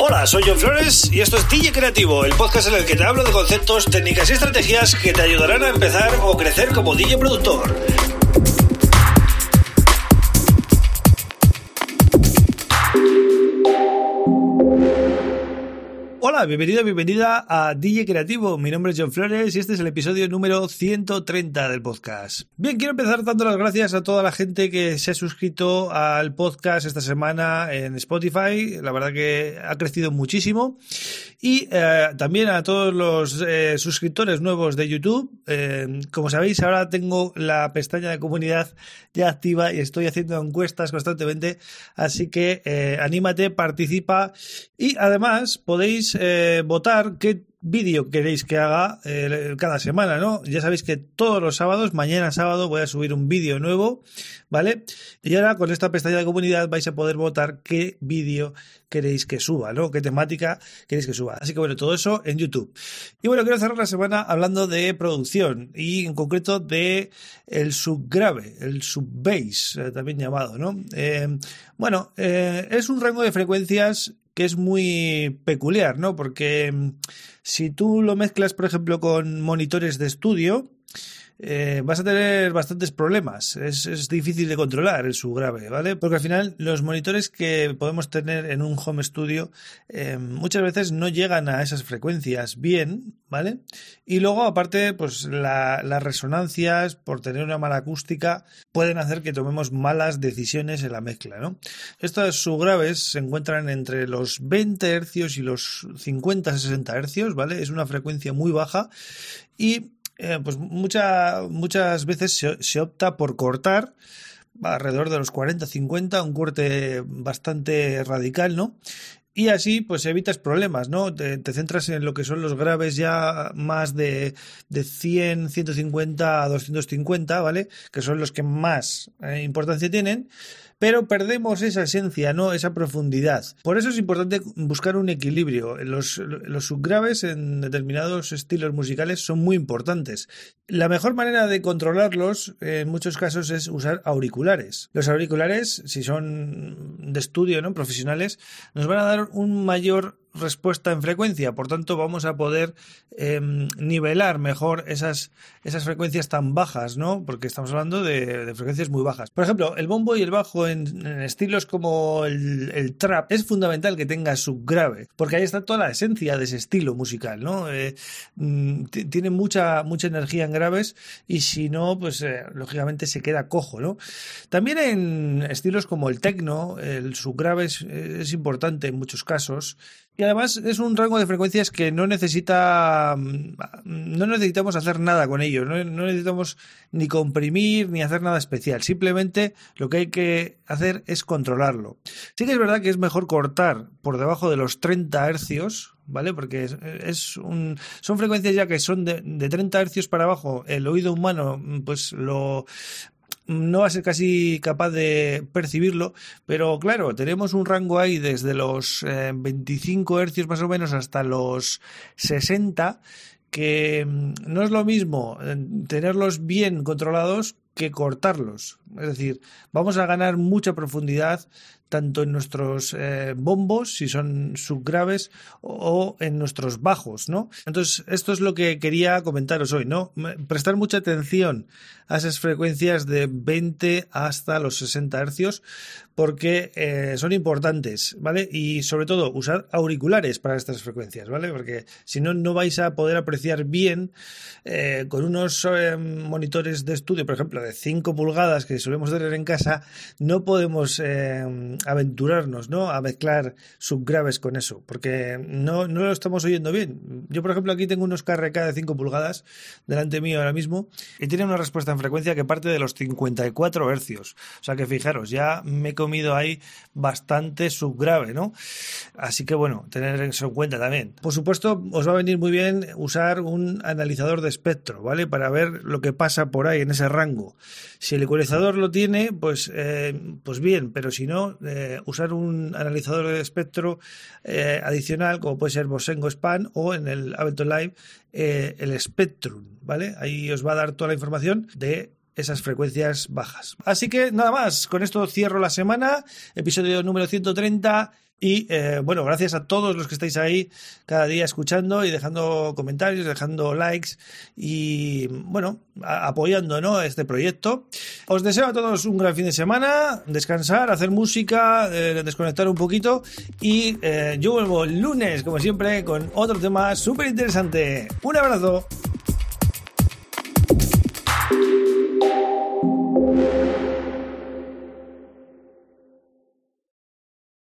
Hola, soy John Flores y esto es DJ Creativo, el podcast en el que te hablo de conceptos, técnicas y estrategias que te ayudarán a empezar o crecer como DJ productor. Hola, bienvenida a DJ Creativo. Mi nombre es John Flores y este es el episodio número 130 del podcast. Bien, quiero empezar dando las gracias a toda la gente que se ha suscrito al podcast esta semana en Spotify. La verdad que ha crecido muchísimo. Y también a todos los suscriptores nuevos de YouTube. Como sabéis, ahora tengo la pestaña de comunidad ya activa y estoy haciendo encuestas constantemente. Así que anímate, participa y además podéis votar qué vídeo queréis que haga cada semana, ¿no? Ya sabéis que todos los sábados, mañana sábado, voy a subir un vídeo nuevo, ¿vale? Y ahora con esta pestaña de comunidad vais a poder votar qué vídeo queréis que suba, ¿no? Qué temática queréis que suba. Así que bueno, todo eso en YouTube. Y bueno, quiero cerrar la semana hablando de producción y en concreto de el subgrave, el subbass, también llamado, ¿no? Es un rango de frecuencias que es muy peculiar, ¿no? Porque si tú lo mezclas, por ejemplo, con monitores de estudio, vas a tener bastantes problemas. Es difícil de controlar el subgrave, ¿vale? Porque al final los monitores que podemos tener en un home studio muchas veces no llegan a esas frecuencias bien, ¿vale? Y luego, aparte, pues las resonancias, por tener una mala acústica, pueden hacer que tomemos malas decisiones en la mezcla, ¿no? Estos subgraves se encuentran entre los 20 Hz y los 50-60 Hz, ¿vale? Es una frecuencia muy baja y pues muchas veces se opta por cortar alrededor de los 40-50, un corte bastante radical, ¿no? Y así pues evitas problemas, ¿no? Te centras en lo que son los graves ya más de 100, 150 a 250, ¿vale? Que son los que más importancia tienen, pero perdemos esa esencia, ¿no? Esa profundidad. Por eso es importante buscar un equilibrio. Los subgraves en determinados estilos musicales son muy importantes. La mejor manera de controlarlos en muchos casos es usar auriculares. Los auriculares, si son de estudio, ¿no? Profesionales, nos van a dar un mayor respuesta en frecuencia, por tanto vamos a poder nivelar mejor esas frecuencias tan bajas, ¿no? Porque estamos hablando de frecuencias muy bajas. Por ejemplo, el bombo y el bajo en estilos como el trap es fundamental que tenga subgrave, porque ahí está toda la esencia de ese estilo musical, ¿no? Tiene mucha energía en graves y si no, pues lógicamente se queda cojo, ¿no? También en estilos como el techno, el subgrave es importante en muchos casos. Y además es un rango de frecuencias que no necesitamos hacer nada con ello, no necesitamos ni comprimir ni hacer nada especial, simplemente lo que hay que hacer es controlarlo. Sí que es verdad que es mejor cortar por debajo de los 30 hercios, ¿vale? Porque son frecuencias ya que son de 30 hercios para abajo, el oído humano pues no va a ser casi capaz de percibirlo, pero claro, tenemos un rango ahí desde los 25 hercios más o menos hasta los 60, que no es lo mismo tenerlos bien controlados que cortarlos. Es decir, vamos a ganar mucha profundidad tanto en nuestros bombos, si son subgraves, o en nuestros bajos, ¿no? Entonces, esto es lo que quería comentaros hoy, ¿no? Prestar mucha atención a esas frecuencias de 20 hasta los 60 hercios, porque son importantes, ¿vale? Y sobre todo, usar auriculares para estas frecuencias, ¿vale? Porque si no, no vais a poder apreciar bien con unos monitores de estudio, por ejemplo, de 5 pulgadas que solemos tener en casa, no podemos aventurarnos, ¿no? A mezclar subgraves con eso, porque no lo estamos oyendo bien. Yo, por ejemplo, aquí tengo unos KRK de 5 pulgadas delante mío ahora mismo y tienen una respuesta en frecuencia que parte de los 54 hercios. O sea que fijaros, ya me he comido ahí bastante subgrave, ¿no? Así que bueno, tener eso en cuenta también. Por supuesto, os va a venir muy bien usar un analizador de espectro, ¿vale? Para ver lo que pasa por ahí en ese rango. Si el ecualizador lo tiene, pues bien, pero si no, usar un analizador de espectro adicional, como puede ser Bosengo Span o en el Ableton Live el Spectrum, ¿vale? Ahí os va a dar toda la información de esas frecuencias bajas. Así que nada más, con esto cierro la semana, episodio número 130. Y bueno, gracias a todos los que estáis ahí cada día escuchando y dejando comentarios, dejando likes y bueno, apoyando, ¿no?, este proyecto. Os deseo a todos un gran fin de semana, descansar, hacer música, desconectar un poquito y yo vuelvo el lunes, como siempre, con otro tema súper interesante. Un abrazo.